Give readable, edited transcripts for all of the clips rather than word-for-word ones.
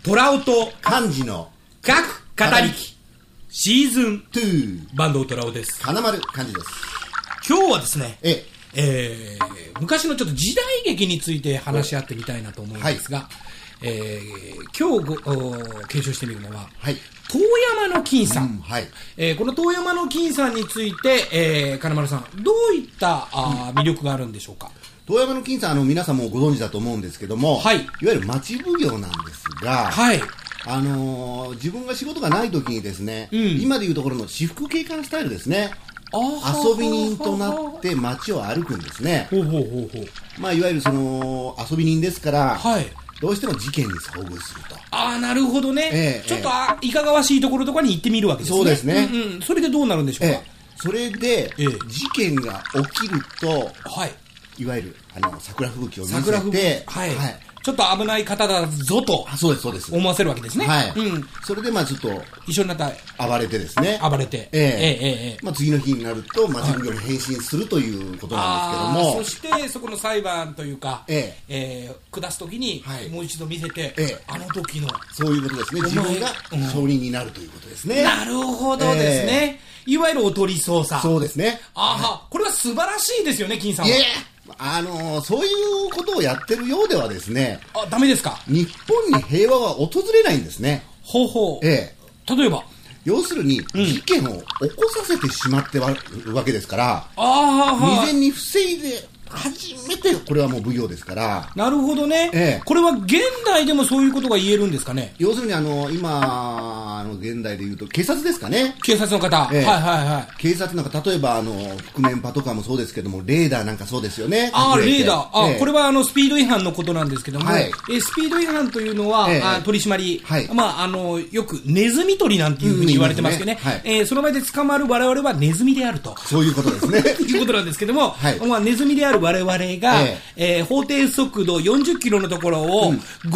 トラウト漢字の各語りきシーズン 2 バンドトラウです。 金丸漢字です。 今日はですね、昔のちょっと時代劇について話し合ってみたいなと思うんですが、今日検証してみるのは、遠山の金さん、この遠山の金さんについて、金丸さんどういった魅力があるんでしょうか。 遠山の金さん、皆さんもご存知だと思うんですけども、いわゆる町奉行なんですが、自分が仕事がない時にですね、今でいうところの私服警官スタイルですね、遊び人となって街を歩くんですね。いわゆるその遊び人ですから、どうしても事件に遭遇すると。 なるほどね、ちょっといかがわしいところとかに行ってみるわけですね。 そうですね、 それでどうなるんでしょうか。 それで、事件が起きると、いわゆる桜吹雪を見せて、 ちょっと危ない方だぞと思わせるわけですね。 それでちょっと一緒になった暴れてですね、次の日になると町奉行に変身するということなんですけども、 そしてそこの裁判というか、下すときにもう一度見せて、あの時のそういうことですね、自分が証人になるということですね。 なるほどですね、いわゆるおとり捜査。 そうですね。 これは素晴らしいですよね、金さんは。 そういうことをやってるようではですね、 ダメですか。 日本に平和は訪れないんですね。 例えば要するに、事件を起こさせてしまってわけですから、未然に防いで初めてこれはもう奉行ですから。 なるほどね、これは現代でもそういうことが言えるんですかね。 要するに今現代でいうと警察ですかね。 警察の方、 警察なんか例えば覆面パトカーもそうですけども、レーダーなんかそうですよね。 レーダー、これはスピード違反のことなんですけども、スピード違反というのは、取り締まり、よくネズミ捕りなんていうふうに言われてますけどね、その場で捕まる我々はネズミであると、 そういうことですねいうことなんですけども、ネズミである我々が、法定速度40キロのところを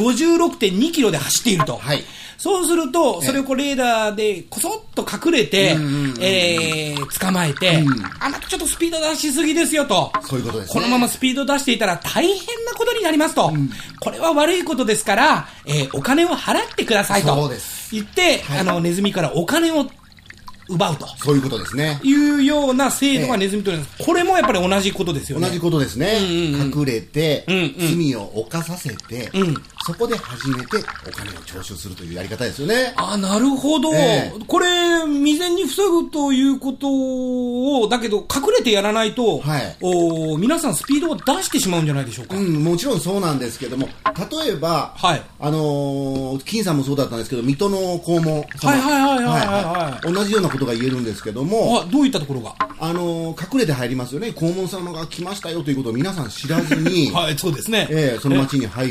56.2 キロで走っていると、そうするとそれをレーダーでこそっと隠れて、捕まえて、あなたちょっとスピード出しすぎですよと、 そういうことですね。 このままスピード出していたら大変なことになりますと、これは悪いことですから、お金を払ってくださいと言って、ネズミからお金を奪うと、 そういうことですね。 いうような制度がネズミ捕りなんです。これもやっぱり同じことですよね。 同じことですね。隠れて、罪を犯させて、そこで初めてお金を徴収するというやり方ですよね。 なるほど、これ未然に防ぐということを、だけど隠れてやらないと、皆さんスピードを出してしまうんじゃないでしょうか。 もちろんそうなんですけども、例えば、金さんもそうだったんですけど、水戸の黄門様、同じようなことが言えるんですけども、 どういったところが隠れて入りますよね。黄門様が来ましたよということを皆さん知らずにそうですね、 その町に入って、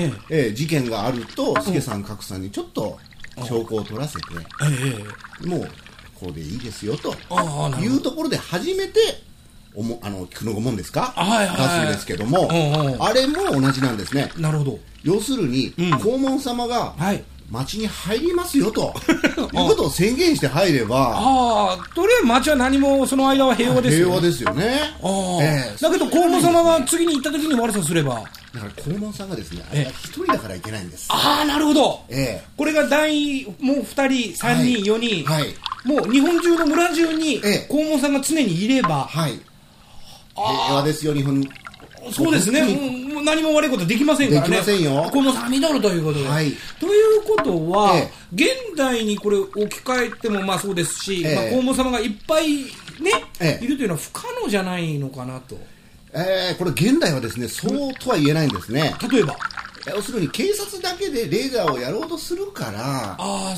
事件があると助さん格さんにちょっと証拠を取らせて、もうこうでいいですよというところで初めてくのごもんですか、出すんですけども、あれも同じなんですね。 なるほど。 要するに、黄門様が町に入りますよということを宣言して入れば、 とりあえず町は何もその間は平和ですよね。 平和ですよね。 だけど黄門様が次に行った時に悪さすれば、 だから黄門さんがですね、あれは一人だからいけないんです。 なるほど、これがもう2人3人4人、もう日本中の村中に黄門さんが常にいれば、平和ですよ日本。 そうですね、もう何も悪いことできませんからね。 できませんよ。 このさみだるということで、ということは、現代にこれ置き換えてもそうですし、黄門様がいっぱいね、いるというのは不可能じゃないのかなと。 これ現代はですね、そうとは言えないんですね。 例えば要するに警察だけでレーダーをやろうとするから、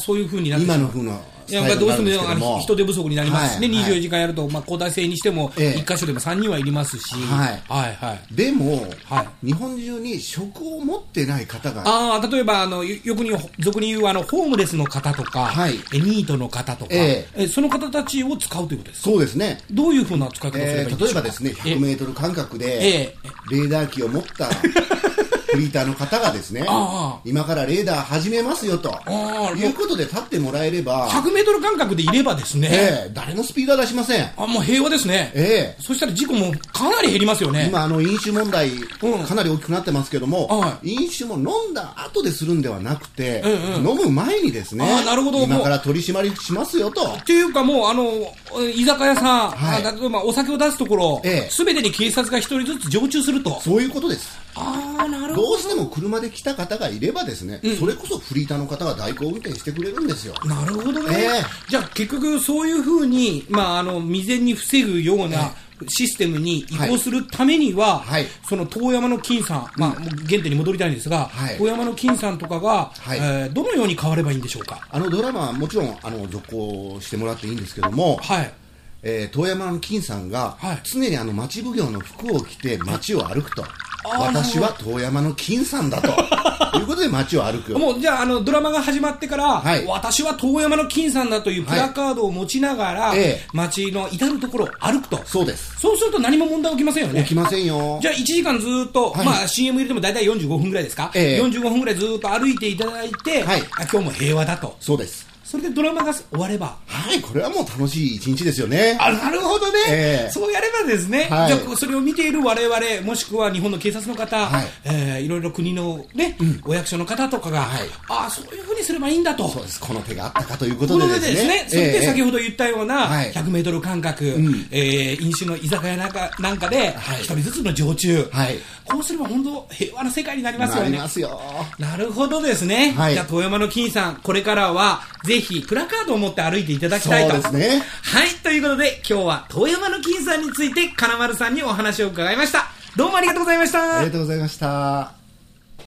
そういうふうになってしまう。 今のふうなどうしても人手不足になりますしね、24時間やると、交代制にしても1箇所でも3人はいりますし、 でも、日本中に職を持ってない方が、 例えば俗に言うホームレスの方とか、ニートの方とか、その方たちを使うということですか。 そうですね。 どういうふうな使い方をすればいいんでしょうか。 例えばですね、100メートル間隔でレーダー機を持ったフリーターの方がですね、今からレーダー始めますよということで立ってもらえれば、 100メートル間隔でいればですね、 誰もスピードは出しません。 もう平和ですね。そしたら事故もかなり減りますよね。 今飲酒問題かなり大きくなってますけども、飲酒も飲んだ後でするんではなくて、飲む前にですね、今から取り締まりしますよと。 っていうかもう居酒屋さん、例えばお酒を出すところ、すべてに警察が1人ずつ常駐すると。 そういうことです。 なるほど。 どうしても車で来た方がいればですね、それこそフリーターの方が代行運転してくれるんですよ。 なるほどね。じゃあ結局そういうふうに、未然に防ぐような、システムに移行するためには、その遠山の金さん、原点に戻りたいんですが、遠山の金さんとかが、どのように変わればいいんでしょうか。 ドラマはもちろん続行してもらっていいんですけども、遠山の金さんが常に町奉行の服を着て町を歩くと。私は遠山の金さんだということで街を歩く。 もうじゃあドラマが始まってから、私は遠山の金さんだというプラカードを持ちながら、街の至るところを歩くと。 そうです。 そうすると何も問題起きませんよね。 起きませんよ。 じゃあ1時間ずっと、CM 入れても大体45分ぐらいですか、45分ぐらいずっと歩いていただいて、今日も平和だと。 そうです。 それでドラマが終われば、 これはもう楽しい一日ですよね。 なるほどね、そうやればですね、じゃあそれを見ている我々、もしくは日本の警察の方、いろいろ国のね、お役所の方とかが、そういうふうにすればいいんだと。 そうです。この手があったかということでですね。 それで先ほど言ったような100メートル間隔、飲酒の居酒屋なんかで一人ずつの常駐、こうすれば本当平和な世界になりますよね。 なりますよ。 なるほどですね。じゃあ遠山の金さん、これからはぜひプラカードを持って歩いていただきたいと。 そうですね。 ということで今日は遠山の金さんについて金丸さんにお話を伺いました。どうもありがとうございました。 ありがとうございました。